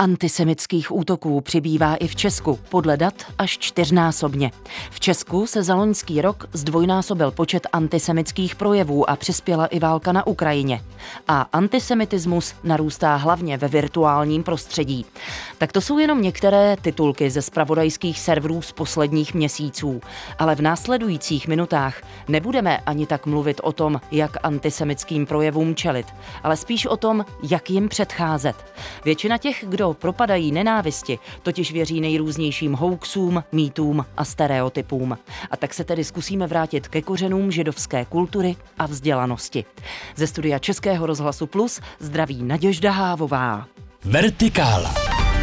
Antisemitských útoků přibývá i v Česku, podle dat až 4násobně. V Česku se za loňský rok zdvojnásobil počet antisemitských projevů a přispěla i válka na Ukrajině. A antisemitismus narůstá hlavně ve virtuálním prostředí. Tak to jsou jenom některé titulky ze zpravodajských serverů z posledních měsíců. Ale v následujících minutách nebudeme ani tak mluvit o tom, jak antisemitským projevům čelit, ale spíš o tom, jak jim předcházet. Většina těch, kdo propadají nenávisti, totiž věří nejrůznějším hoaxům, mýtům a stereotypům. A tak se tedy zkusíme vrátit ke kořenům židovské kultury a vzdělanosti. Ze studia Českého rozhlasu Plus zdraví Naděžda Hávová. Vertikála.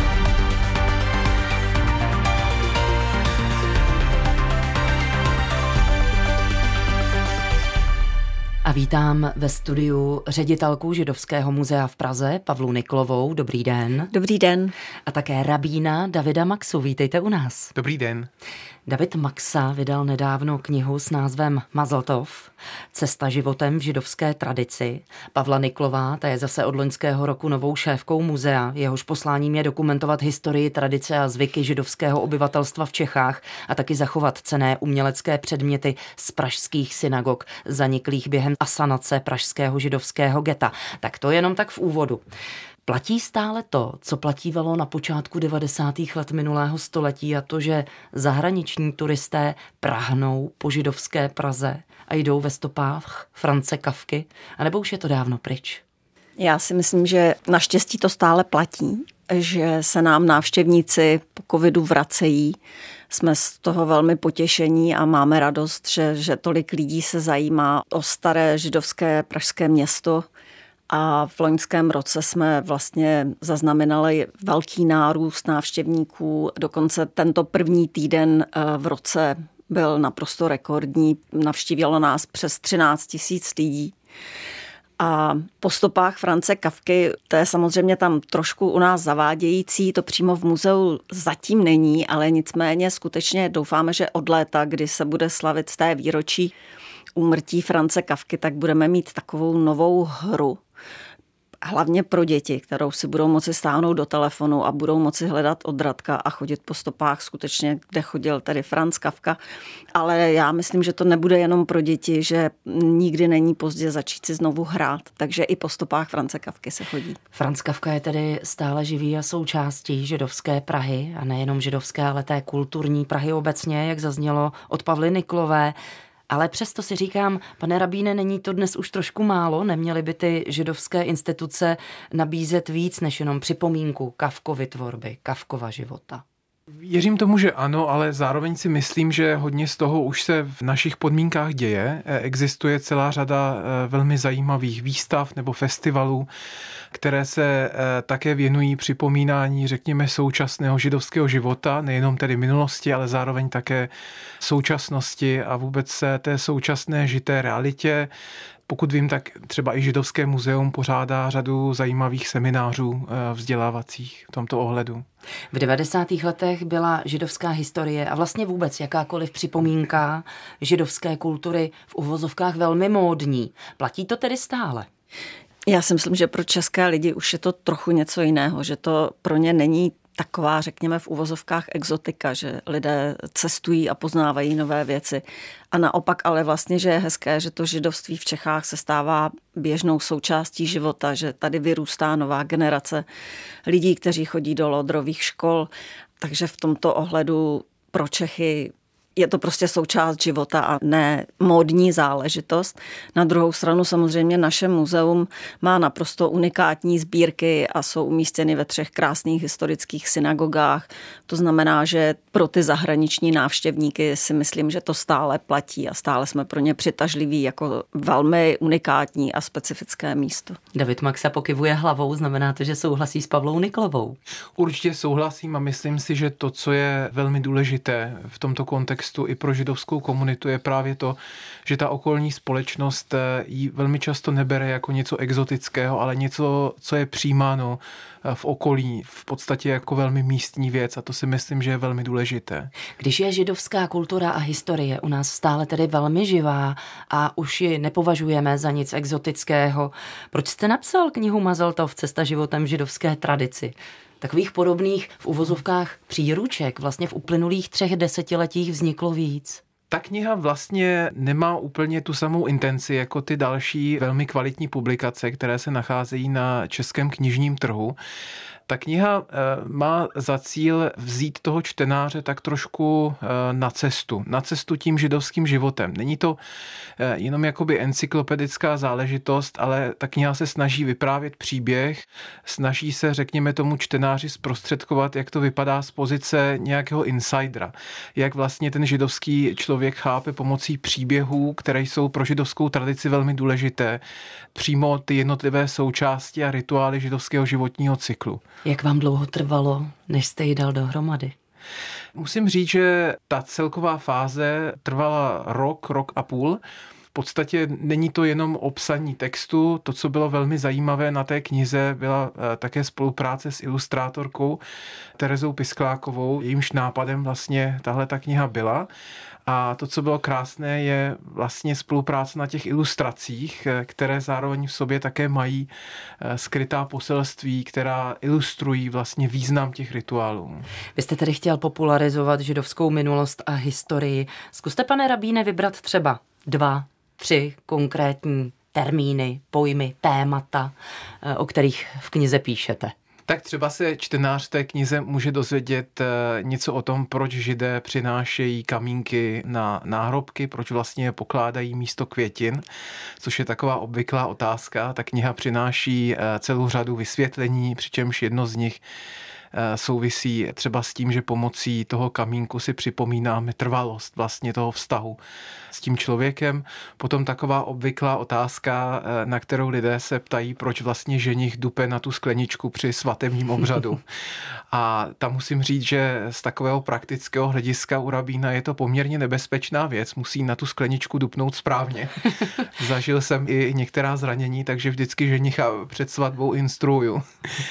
A vítám ve studiu ředitelku Židovského muzea v Praze, Pavlu Niklovou. Dobrý den. Dobrý den. A také rabína Davida Maxu. Vítejte u nás. Dobrý den. David Maxa vydal nedávno knihu s názvem Mazal tov. Cesta životem v židovské tradici. Pavla Niklová, ta je zase od loňského roku novou šéfkou muzea. Jehož posláním je dokumentovat historii, tradice a zvyky židovského obyvatelstva v Čechách a taky zachovat cenné umělecké předměty z pražských synagog, zaniklých během asanace pražského židovského geta. Tak to jenom tak v úvodu. Platí stále to, co platívalo na počátku 90. let minulého století, a to, že zahraniční turisté prahnou po židovské Praze a jdou ve stopách France Kafky, anebo už je to dávno pryč? Já si myslím, že naštěstí to stále platí, že se nám návštěvníci po covidu vracejí. Jsme z toho velmi potěšení a máme radost, že tolik lidí se zajímá o staré židovské pražské město. A v loňském roce jsme vlastně zaznamenali velký nárůst návštěvníků. Dokonce tento první týden v roce byl naprosto rekordní. Navštívilo nás přes 13 000 lidí. A po stopách France Kafky, to je samozřejmě tam trošku u nás zavádějící, to přímo v muzeu zatím není, ale nicméně skutečně doufáme, že od léta, kdy se bude slavit z té výročí úmrtí France Kafky, tak budeme mít takovou novou hru. Hlavně pro děti, kterou si budou moci stáhnout do telefonu a budou moci hledat od Radka a chodit po stopách skutečně, kde chodil tedy Franz Kafka. Ale já myslím, že to nebude jenom pro děti, že nikdy není pozdě začít si znovu hrát. Takže i po stopách France Kafky se chodí. Franz Kafka je tedy stále živý a součástí židovské Prahy a nejenom židovské, ale té kulturní Prahy obecně, jak zaznělo od Pavly Niklové. Ale přesto si říkám, pane rabíne, není to dnes už trošku málo? Neměly by ty židovské instituce nabízet víc než jenom připomínku Kafkovy tvorby, Kafkova života? Věřím tomu, že ano, ale zároveň si myslím, že hodně z toho už se v našich podmínkách děje. Existuje celá řada velmi zajímavých výstav nebo festivalů, které se také věnují připomínání, řekněme, současného židovského života, nejenom tedy minulosti, ale zároveň také současnosti a vůbec té současné žité realitě. Pokud vím, tak třeba i Židovské muzeum pořádá řadu zajímavých seminářů vzdělávacích v tomto ohledu. V 90. letech byla židovská historie a vlastně vůbec jakákoliv připomínka židovské kultury v uvozovkách velmi módní. Platí to tedy stále? Já si myslím, že pro české lidi už je to trochu něco jiného, že to pro ně není taková, řekněme, v uvozovkách exotika, že lidé cestují a poznávají nové věci. A naopak ale vlastně, že je hezké, že to židovství v Čechách se stává běžnou součástí života, že tady vyrůstá nová generace lidí, kteří chodí do lodrových škol. Takže v tomto ohledu pro Čechy je to prostě součást života a ne módní záležitost. Na druhou stranu samozřejmě naše muzeum má naprosto unikátní sbírky a jsou umístěny ve 3 krásných historických synagogách. To znamená, že pro ty zahraniční návštěvníky si myslím, že to stále platí a stále jsme pro ně přitažliví jako velmi unikátní a specifické místo. David Maxa pokyvuje hlavou, znamená to, že souhlasí s Pavlou Niklovou? Určitě souhlasím a myslím si, že to, co je velmi důležité v tomto kontextu i pro židovskou komunitu, je právě to, že ta okolní společnost ji velmi často nebere jako něco exotického, ale něco, co je přijímáno v okolí, v podstatě jako velmi místní věc, a to si myslím, že je velmi důležité. Když je židovská kultura a historie u nás stále tedy velmi živá a už ji nepovažujeme za nic exotického, proč jste napsal knihu Mazal tov, Cesta životem v židovské tradici? Takových podobných v uvozovkách příruček vlastně v uplynulých 3 desetiletích vzniklo víc. Ta kniha vlastně nemá úplně tu samou intenci jako ty další velmi kvalitní publikace, které se nacházejí na českém knižním trhu. Ta kniha má za cíl vzít toho čtenáře tak trošku na cestu tím židovským životem. Není to jenom jakoby encyklopedická záležitost, ale ta kniha se snaží vyprávět příběh, snaží se, řekněme tomu čtenáři, zprostředkovat, jak to vypadá z pozice nějakého insidera. Jak vlastně ten židovský člověk chápe pomocí příběhů, které jsou pro židovskou tradici velmi důležité, přímo ty jednotlivé součásti a rituály židovského životního cyklu. Jak vám dlouho trvalo, než jste ji dal dohromady? Musím říct, že ta celková fáze trvala rok a půl. V podstatě není to jenom o psaní textu. To, co bylo velmi zajímavé na té knize, byla také spolupráce s ilustrátorkou Terezou Pisklákovou. Jejímž nápadem vlastně tahle ta kniha byla. A to, co bylo krásné, je vlastně spolupráce na těch ilustracích, které zároveň v sobě také mají skrytá poselství, která ilustrují vlastně význam těch rituálů. Vy jste tedy chtěl popularizovat židovskou minulost a historii. Zkuste, pane rabíne, vybrat třeba 2, 3 konkrétní termíny, pojmy, témata, o kterých v knize píšete. Tak třeba se čtenář v té knize může dozvědět něco o tom, proč Židé přinášejí kamínky na náhrobky, proč vlastně je pokládají místo květin, což je taková obvyklá otázka. Ta kniha přináší celou řadu vysvětlení, přičemž jedno z nich souvisí třeba s tím, že pomocí toho kamínku si připomínáme trvalost vlastně toho vztahu s tím člověkem. Potom taková obvyklá otázka, na kterou lidé se ptají, proč vlastně ženich dupe na tu skleničku při svatebním obřadu. A tam musím říct, že z takového praktického hlediska u rabína je to poměrně nebezpečná věc. Musí na tu skleničku dupnout správně. Zažil jsem i některá zranění, takže vždycky ženicha před svatbou instruuju.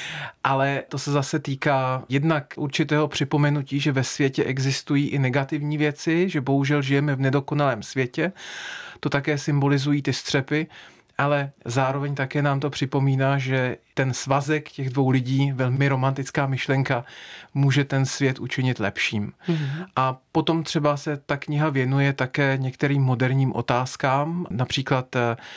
Ale to se zase týká jednak určitého připomenutí, že ve světě existují i negativní věci, že bohužel žijeme v nedokonalém světě. To také symbolizují ty střepy, ale zároveň také nám to připomíná, že ten svazek těch 2 lidí, velmi romantická myšlenka, může ten svět učinit lepším. Mm-hmm. A potom třeba se ta kniha věnuje také některým moderním otázkám. Například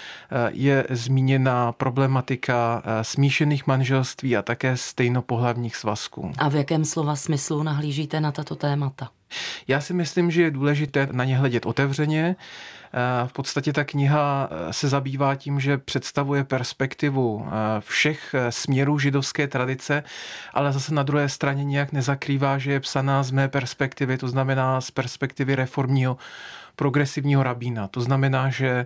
je zmíněna problematika smíšených manželství a také stejnopohlavních svazků. A v jakém slova smyslu nahlížíte na tato témata? Já si myslím, že je důležité na ně hledět otevřeně. V podstatě ta kniha se zabývá tím, že představuje perspektivu všech směrů židovské tradice, ale zase na druhé straně nijak nezakrývá, že je psaná z mé perspektivy, to znamená z perspektivy reformního progresivního rabína. To znamená, že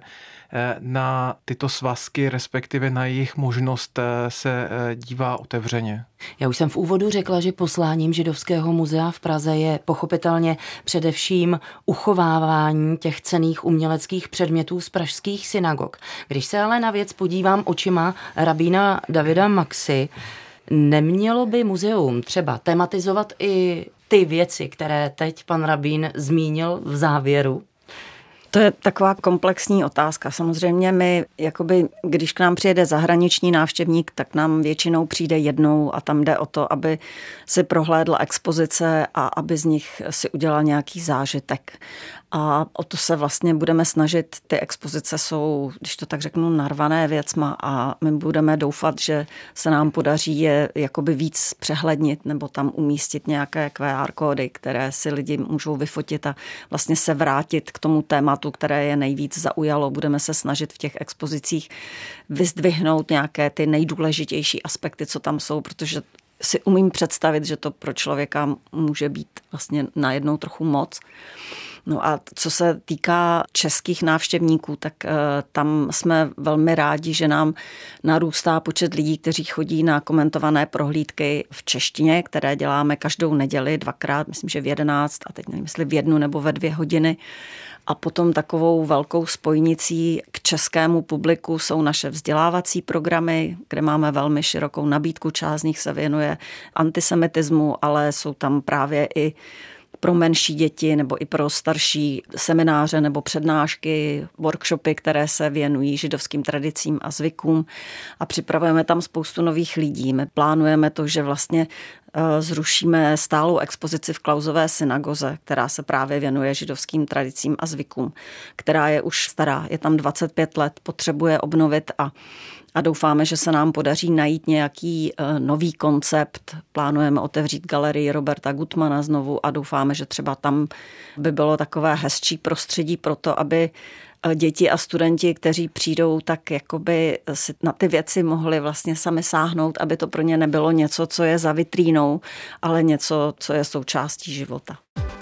na tyto svazky, respektive na jejich možnost se dívá otevřeně. Já už jsem v úvodu řekla, že posláním Židovského muzea v Praze je pochopitelně především uchovávání těch cenných uměleckých předmětů z pražských synagog. Když se ale na věc podívám očima rabína Davida Maxy, nemělo by muzeum třeba tematizovat i ty věci, které teď pan rabín zmínil v závěru? To je taková komplexní otázka. Samozřejmě my, jakoby, když k nám přijede zahraniční návštěvník, tak nám většinou přijde jednou a tam jde o to, aby si prohlédl expozice a aby z nich si udělal nějaký zážitek. A o to se vlastně budeme snažit. Ty expozice jsou, když to tak řeknu, narvané věcma a my budeme doufat, že se nám podaří je jakoby víc přehlednit nebo tam umístit nějaké QR kódy, které si lidi můžou vyfotit a vlastně se vrátit k tomu tématu, které je nejvíc zaujalo. Budeme se snažit v těch expozicích vyzdvihnout nějaké ty nejdůležitější aspekty, co tam jsou, protože si umím představit, že to pro člověka může být vlastně najednou trochu moc. No a co se týká českých návštěvníků, tak tam jsme velmi rádi, že nám narůstá počet lidí, kteří chodí na komentované prohlídky v češtině, které děláme každou neděli 2krát, myslím, že v 11 a teď nevím, jestli v 1 nebo ve 2 hodiny. A potom takovou velkou spojnicí k českému publiku jsou naše vzdělávací programy, kde máme velmi širokou nabídku. Část z nich se věnuje antisemitismu, ale jsou tam právě i pro menší děti nebo i pro starší semináře nebo přednášky, workshopy, které se věnují židovským tradicím a zvykům a připravujeme tam spoustu nových lidí. My plánujeme to, že vlastně zrušíme stálou expozici v Klausové synagoze, která se právě věnuje židovským tradicím a zvykům, která je už stará, je tam 25 let, potřebuje obnovit a doufáme, že se nám podaří najít nějaký nový koncept. Plánujeme otevřít galerii Roberta Gutmana znovu a doufáme, že třeba tam by bylo takové hezčí prostředí pro to, aby děti a studenti, kteří přijdou, tak jakoby si na ty věci mohli vlastně sami sáhnout, aby to pro ně nebylo něco, co je za vitrínou, ale něco, co je součástí života.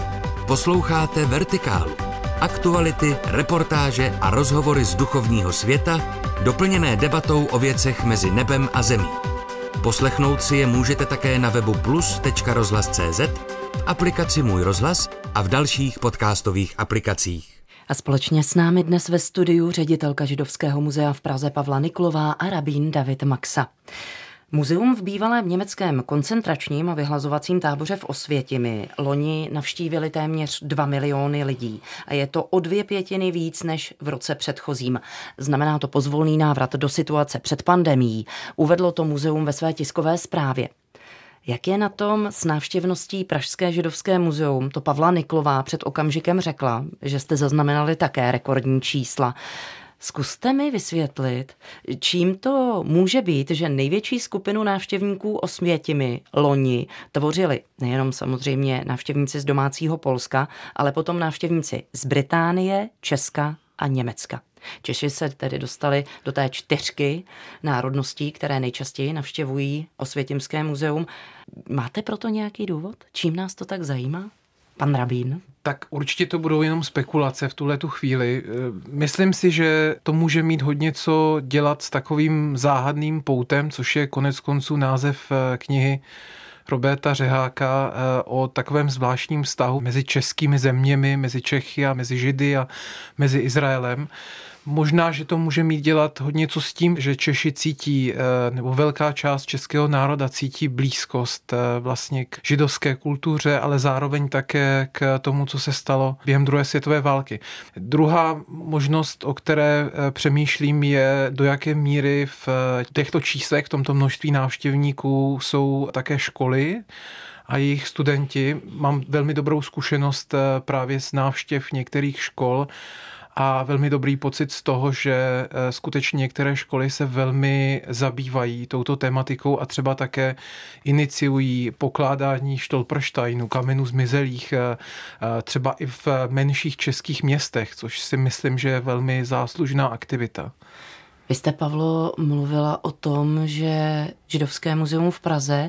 Posloucháte Vertikálu. Aktuality, reportáže a rozhovory z duchovního světa, doplněné debatou o věcech mezi nebem a zemí. Poslechnout si je můžete také na webu plus.rozhlas.cz, v aplikaci Můj rozhlas a v dalších podcastových aplikacích. A společně s námi dnes ve studiu ředitelka Židovského muzea v Praze Pavla Niklová a rabín David Maxa. Muzeum v bývalém německém koncentračním a vyhlazovacím táboře v Osvětimi loni navštívili téměř 2 miliony lidí a je to o 2/5 víc než v roce předchozím. Znamená to pozvolný návrat do situace před pandemií, uvedlo to muzeum ve své tiskové zprávě. Jak je na tom s návštěvností Pražské židovské muzeum? To Pavla Niklová před okamžikem řekla, že jste zaznamenali také rekordní čísla. Zkuste mi vysvětlit, čím to může být, že největší skupinu návštěvníků Osvětimi loni tvořili nejenom samozřejmě návštěvníci z domácího Polska, ale potom návštěvníci z Británie, Česka a Německa. Češi se tedy dostali do té 4 národností, které nejčastěji navštěvují Osvětimské muzeum. Máte proto nějaký důvod? Čím nás to tak zajímá? Pan rabín? Tak určitě to budou jenom spekulace v tuhletu chvíli. Myslím si, že to může mít hodně co dělat s takovým záhadným poutem, což je konec konců název knihy Roberta Řeháka o takovém zvláštním vztahu mezi českými zeměmi, mezi Čechy a mezi Židy a mezi Izraelem. Možná, že to může mít dělat hodně co s tím, že Češi cítí, nebo velká část českého národa cítí blízkost vlastně k židovské kultuře, ale zároveň také k tomu, co se stalo během druhé světové války. Druhá možnost, o které přemýšlím, je, do jaké míry v těchto číslech, v tomto množství návštěvníků jsou také školy a jejich studenti. Mám velmi dobrou zkušenost právě z návštěv některých škol a velmi dobrý pocit z toho, že skutečně některé školy se velmi zabývají touto tematikou a třeba také iniciují pokládání štolpersteinů, kamenů zmizelých, třeba i v menších českých městech, což si myslím, že je velmi záslužná aktivita. Vy jste, Pavlo, mluvila o tom, že Židovské muzeum v Praze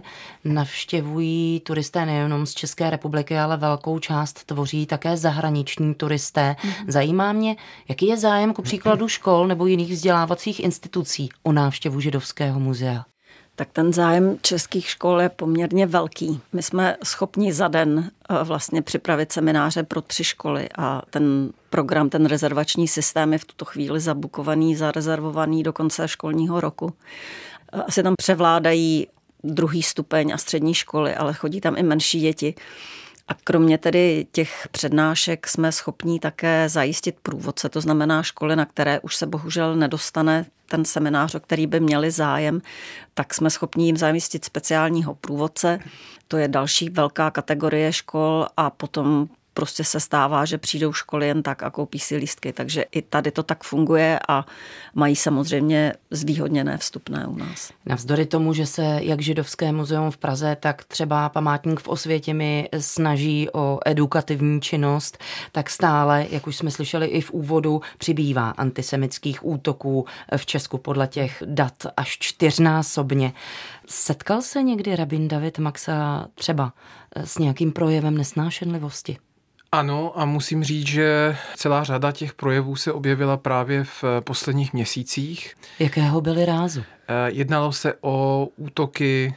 navštěvují turisté nejenom z České republiky, ale velkou část tvoří také zahraniční turisté. Zajímá mě, jaký je zájem ku příkladu škol nebo jiných vzdělávacích institucí o návštěvu Židovského muzea. Tak ten zájem českých škol je poměrně velký. My jsme schopni za den vlastně připravit semináře pro 3 školy a ten program, ten rezervační systém je v tuto chvíli zabukovaný, zarezervovaný do konce školního roku. Asi tam převládají 2. stupeň a střední školy, ale chodí tam i menší děti. A kromě tedy těch přednášek jsme schopní také zajistit průvodce, to znamená školy, na které už se bohužel nedostane ten seminář, o který by měli zájem, tak jsme schopni jim zajistit speciálního průvodce. To je další velká kategorie škol a potom prostě se stává, že přijdou školy jen tak a koupí si lístky. Takže i tady to tak funguje a mají samozřejmě zvýhodněné vstupné u nás. Navzdory tomu, že se jak Židovské muzeum v Praze, tak třeba památník v Osvětimi snaží o edukativní činnost, tak stále, jak už jsme slyšeli i v úvodu, přibývá antisemitských útoků v Česku podle těch dat až 4násobně. Setkal se někdy rabín David Maxa třeba s nějakým projevem nesnášenlivosti? Ano, a musím říct, že celá řada těch projevů se objevila právě v posledních měsících. Jakého byly rázu? Jednalo se o útoky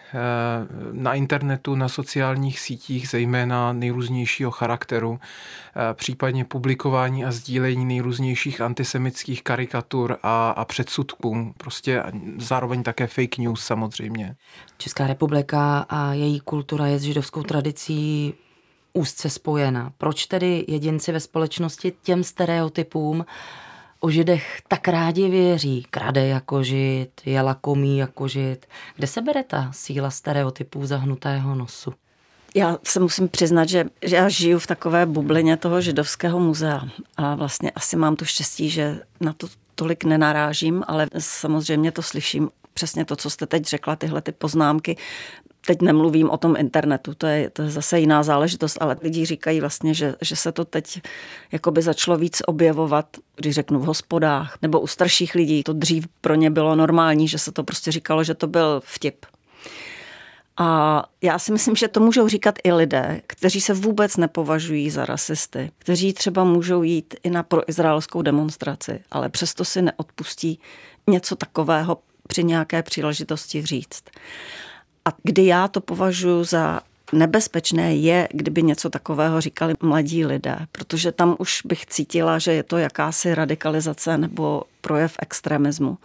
na internetu, na sociálních sítích, zejména nejrůznějšího charakteru, případně publikování a sdílení nejrůznějších antisemitských karikatur a předsudků, prostě zároveň také fake news samozřejmě. Česká republika a její kultura je s židovskou tradicí úzce spojena. Proč tedy jedinci ve společnosti těm stereotypům o Židech tak rádi věří? Krade jako Žid, je lakomý jako Žid. Kde se bere ta síla stereotypů zahnutého nosu? Já se musím přiznat, že já žiju v takové bublině toho židovského muzea a vlastně asi mám to štěstí, že na to tolik nenarážím, ale samozřejmě to slyším. Přesně to, co jste teď řekla, tyhle ty poznámky. Teď nemluvím o tom internetu, to je zase jiná záležitost, ale lidi říkají vlastně, že se to teď jakoby začalo víc objevovat, když řeknu v hospodách nebo u starších lidí. To dřív pro ně bylo normální, že se to prostě říkalo, že to byl vtip. A já si myslím, že to můžou říkat i lidé, kteří se vůbec nepovažují za rasisty, kteří třeba můžou jít i na proizraelskou demonstraci, ale přesto si neodpustí něco takového při nějaké příležitosti říct. A kdy já to považuji za nebezpečné je, kdyby něco takového říkali mladí lidé, protože tam už bych cítila, že je to jakási radikalizace nebo projev extremismu.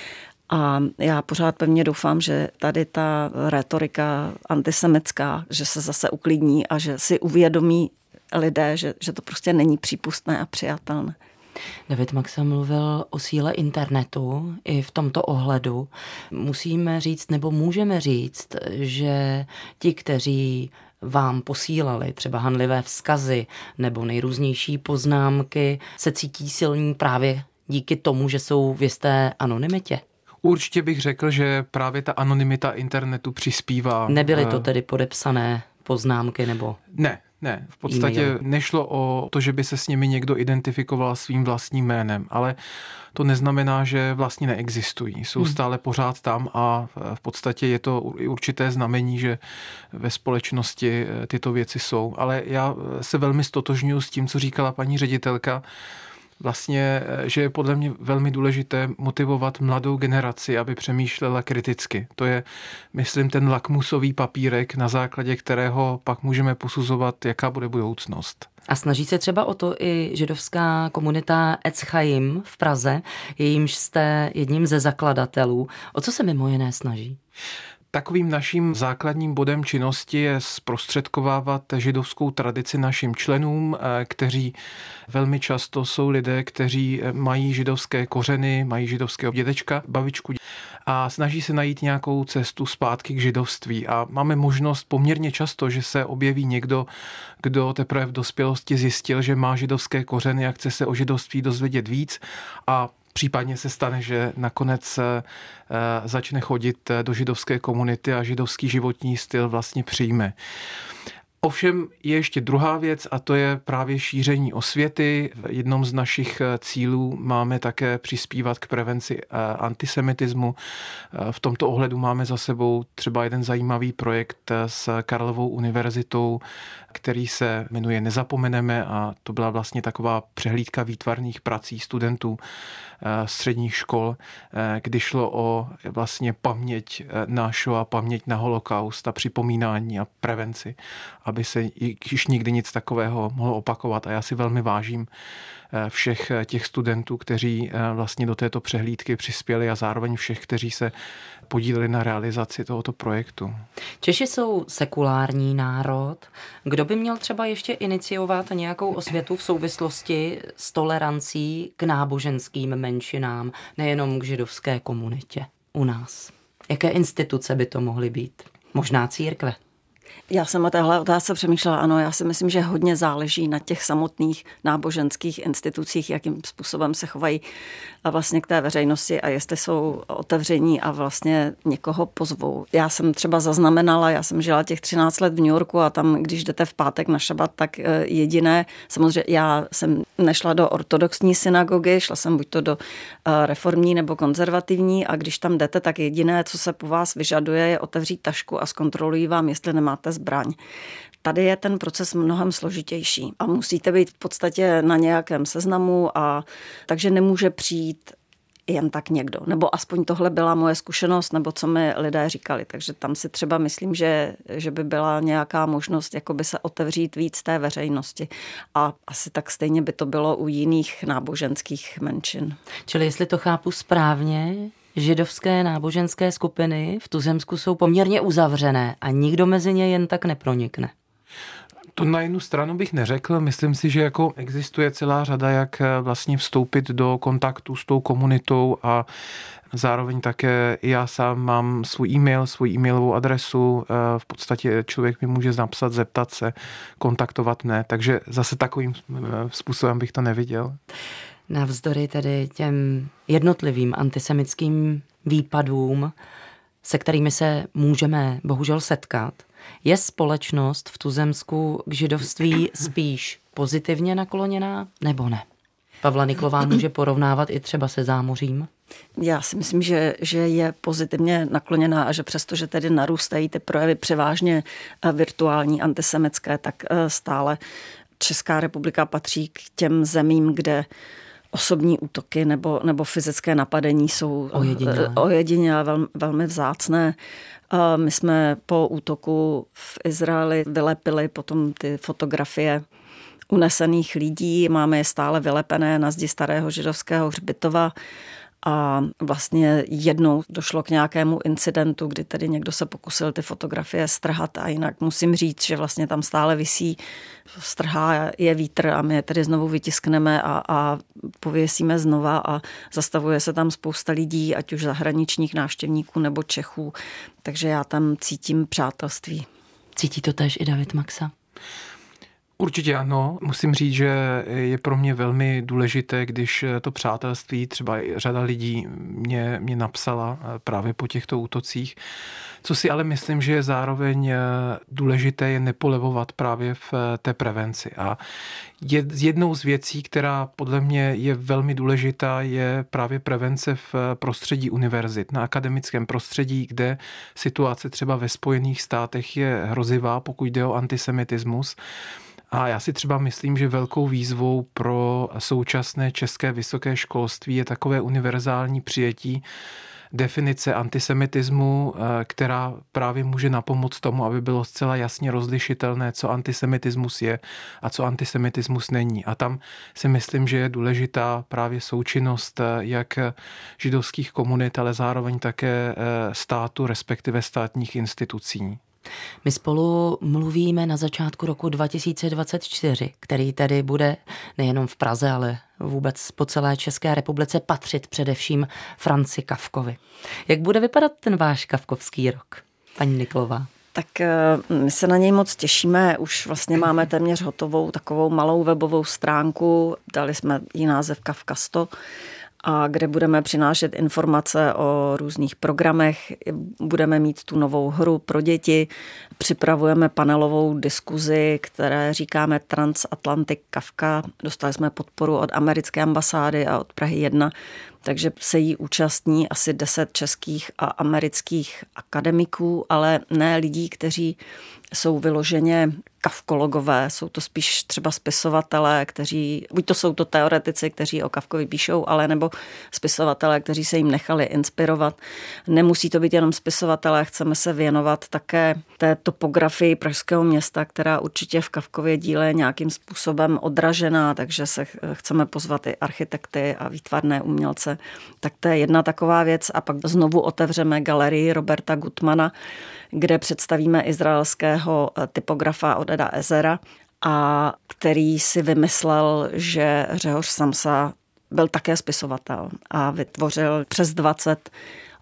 A já pořád pevně doufám, že tady ta retorika antisemitská, že se zase uklidní a že si uvědomí lidé, že to prostě není přípustné a přijatelné. David Maxa mluvil o síle internetu i v tomto ohledu. Musíme říct, nebo můžeme říct, že ti, kteří vám posílali třeba hanlivé vzkazy nebo nejrůznější poznámky, se cítí silní právě díky tomu, že jsou v jisté anonymitě. Určitě bych řekl, že právě ta anonymita internetu přispívá. Nebyly to tedy podepsané poznámky nebo... Ne, v podstatě nešlo o to, že by se s nimi někdo identifikoval svým vlastním jménem, ale to neznamená, že vlastně neexistují. Jsou stále pořád tam a v podstatě je to určité znamení, že ve společnosti tyto věci jsou. Ale já se velmi stotožňuji s tím, co říkala paní ředitelka, vlastně, že je podle mě velmi důležité motivovat mladou generaci, aby přemýšlela kriticky. To je, myslím, ten lakmusový papírek, na základě kterého pak můžeme posuzovat, jaká bude budoucnost. A snaží se třeba o to i židovská komunita Etz Chaim v Praze, jejímž jste jedním ze zakladatelů. O co se mimo jiné snaží? Takovým naším základním bodem činnosti je zprostředkovávat židovskou tradici našim členům, kteří velmi často jsou lidé, kteří mají židovské kořeny, mají židovského dědečka, babičku a snaží se najít nějakou cestu zpátky k židovství. A máme možnost poměrně často, že se objeví někdo, kdo teprve v dospělosti zjistil, že má židovské kořeny a chce se o židovství dozvědět víc a případně se stane, že nakonec začne chodit do židovské komunity a židovský životní styl vlastně přijme. Ovšem je ještě druhá věc a to je právě šíření osvěty. V jednom z našich cílů máme také přispívat k prevenci antisemitismu. V tomto ohledu máme za sebou třeba jeden zajímavý projekt s Karlovou univerzitou, který se jmenuje Nezapomeneme a to byla vlastně taková přehlídka výtvarných prací studentů středních škol, kdy šlo o vlastně paměť na Shoah, paměť na holokaust a připomínání a prevenci, aby se již nikdy nic takového mohlo opakovat. A já si velmi vážím všech těch studentů, kteří vlastně do této přehlídky přispěli a zároveň všech, kteří se podíleli na realizaci tohoto projektu. Češi jsou sekulární národ. Kdo by měl třeba ještě iniciovat nějakou osvětu v souvislosti s tolerancí k náboženským menšinám, nejenom k židovské komunitě u nás? Jaké instituce by to mohly být? Možná církve? Já jsem o téhle otázce přemýšlela, ano, já si myslím, že hodně záleží na těch samotných náboženských institucích, jakým způsobem se chovají vlastně k té veřejnosti a jestli jsou otevření a vlastně někoho pozvou. Já jsem třeba zaznamenala, já jsem žila těch 13 let v New Yorku a tam, když jdete v pátek na šabat, tak jediné, samozřejmě já jsem nešla do ortodoxní synagogy, šla jsem buď to do reformní nebo konzervativní a když tam jdete, tak jediné, co se po vás vyžaduje, je otevřít tašku a zkontrolují vám, jestli nemáte zbraň. Tady je ten proces mnohem složitější a musíte být v podstatě na nějakém seznamu a takže nemůže přijít jen tak někdo. Nebo aspoň tohle byla moje zkušenost, nebo co mi lidé říkali. Takže tam si třeba myslím, že by byla nějaká možnost jakoby se otevřít víc té veřejnosti. A asi tak stejně by to bylo u jiných náboženských menšin. Čili jestli to chápu správně, židovské náboženské skupiny v tuzemsku jsou poměrně uzavřené a nikdo mezi ně jen tak nepronikne. To na jednu stranu bych neřekl, myslím si, že jako existuje celá řada, jak vlastně vstoupit do kontaktu s tou komunitou a zároveň také já sám mám svůj e-mail, svou e-mailovou adresu, v podstatě člověk mi může napsat, zeptat se, kontaktovat mne, takže zase takovým způsobem bych to neviděl. Navzdory tedy těm jednotlivým antisemitským výpadům, se kterými se můžeme bohužel setkat, je společnost v tuzemsku k židovství spíš pozitivně nakloněná nebo ne? Pavla Niklová může porovnávat i třeba se zámořím? Já si myslím, že je pozitivně nakloněná a že přesto, že tedy narůstají ty projevy převážně virtuální antisemitské, tak stále Česká republika patří k těm zemím, kde osobní útoky nebo fyzické napadení jsou ojedinělé, velmi vzácné. My jsme po útoku v Izraeli vylepili potom ty fotografie unesených lidí, máme je stále vylepené na zdi starého židovského hřbitova a vlastně jednou došlo k nějakému incidentu, kdy tedy někdo se pokusil ty fotografie strhat a jinak musím říct, že vlastně tam stále visí, strhá je vítr a my je tedy znovu vytiskneme a pověsíme znova a zastavuje se tam spousta lidí, ať už zahraničních návštěvníků nebo Čechů, takže já tam cítím přátelství. Cítí to též i David Maxa? Určitě ano. Musím říct, že je pro mě velmi důležité, když to přátelství, třeba řada lidí mě napsala právě po těchto útocích. Co si ale myslím, že je zároveň důležité, je nepolevovat právě v té prevenci. A jednou z věcí, která podle mě je velmi důležitá, je právě prevence v prostředí univerzit, na akademickém prostředí, kde situace třeba ve Spojených státech je hrozivá, pokud jde o antisemitismus. A já si třeba myslím, že velkou výzvou pro současné české vysoké školství je takové univerzální přijetí definice antisemitismu, která právě může napomoct tomu, aby bylo zcela jasně rozlišitelné, co antisemitismus je a co antisemitismus není. A tam si myslím, že je důležitá právě součinnost jak židovských komunit, ale zároveň také státu, respektive státních institucí. My spolu mluvíme na začátku roku 2024, který tedy bude nejenom v Praze, ale vůbec po celé České republice patřit především Franzi Kafkovi. Jak bude vypadat ten váš kafkovský rok, paní Niklová? Tak my se na něj moc těšíme, už vlastně máme téměř hotovou takovou malou webovou stránku, dali jsme jí název Kafkasto, a kde budeme přinášet informace o různých programech, budeme mít tu novou hru pro děti, připravujeme panelovou diskuzi, které říkáme Transatlantic Kafka, dostali jsme podporu od americké ambasády a od Prahy 1, takže se jí účastní asi 10 českých a amerických akademiků, ale ne lidí, kteří jsou vyloženě kafkologové, jsou to spíš třeba spisovatelé, kteří, buď to jsou to teoretici, kteří o Kafkovi píšou, ale nebo spisovatelé, kteří se jim nechali inspirovat. Nemusí to být jenom spisovatelé, chceme se věnovat také té topografii pražského města, která určitě v Kafkově díle je nějakým způsobem odražená, takže se chceme pozvat i architekty a výtvarné umělce. Tak to je jedna taková věc a pak znovu otevřeme galerii Roberta Gutmana, kde představíme izraelského typografa Odeda Ezera, a který si vymyslel, že Řehoř Samsa byl také spisovatel a vytvořil přes 20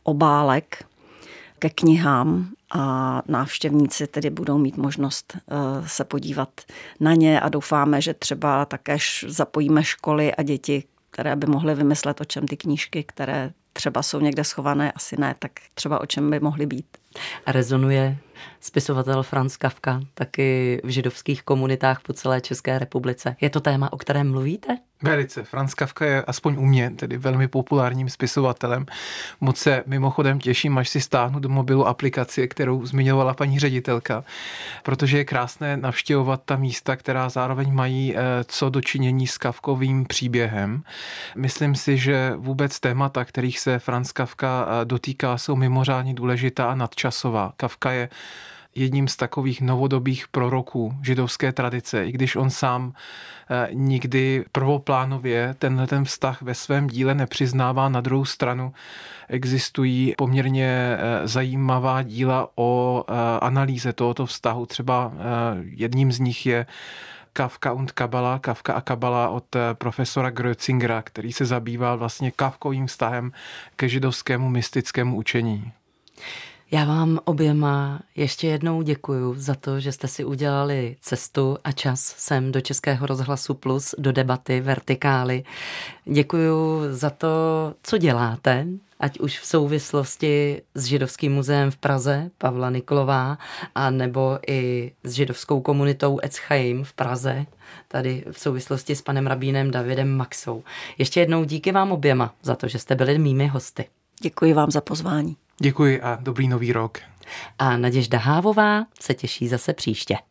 obálek ke knihám a návštěvníci tedy budou mít možnost se podívat na ně a doufáme, že třeba také zapojíme školy a děti, které by mohly vymyslet, o čem ty knížky, které třeba jsou někde schované, asi ne, tak třeba o čem by mohly být. A rezonuje spisovatel Franz Kafka taky v židovských komunitách po celé České republice. Je to téma, o kterém mluvíte? Velice. Franz Kafka je aspoň u mě tedy velmi populárním spisovatelem. Moc se mimochodem těším, až si stáhnu do mobilu aplikaci, kterou zmiňovala paní ředitelka, protože je krásné navštěvovat ta místa, která zároveň mají co dočinění s Kafkovým příběhem. Myslím si, že vůbec témata, kterých se Franz Kafka dotýká, jsou mimořádně důležitá a nadčasová. Kafka je jedním z takových novodobých proroků židovské tradice, i když on sám nikdy prvoplánově ten vztah ve svém díle nepřiznává. Na druhou stranu existují poměrně zajímavá díla o analýze tohoto vztahu. Třeba jedním z nich je Kafka und Kabala, Kafka a Kabala od profesora Grötzingera, který se zabýval vlastně Kafkovým vztahem ke židovskému mystickému učení. Já vám oběma ještě jednou děkuju za to, že jste si udělali cestu a čas sem do Českého rozhlasu Plus, do debaty Vertikály. Děkuju za to, co děláte, ať už v souvislosti s Židovským muzeem v Praze, Pavla Nikolová, a nebo i s židovskou komunitou Etz Chaim v Praze, tady v souvislosti s panem rabínem Davidem Maxou. Ještě jednou díky vám oběma za to, že jste byli mými hosty. Děkuji vám za pozvání. Děkuji a dobrý nový rok. A Naděžda Hávová se těší zase příště.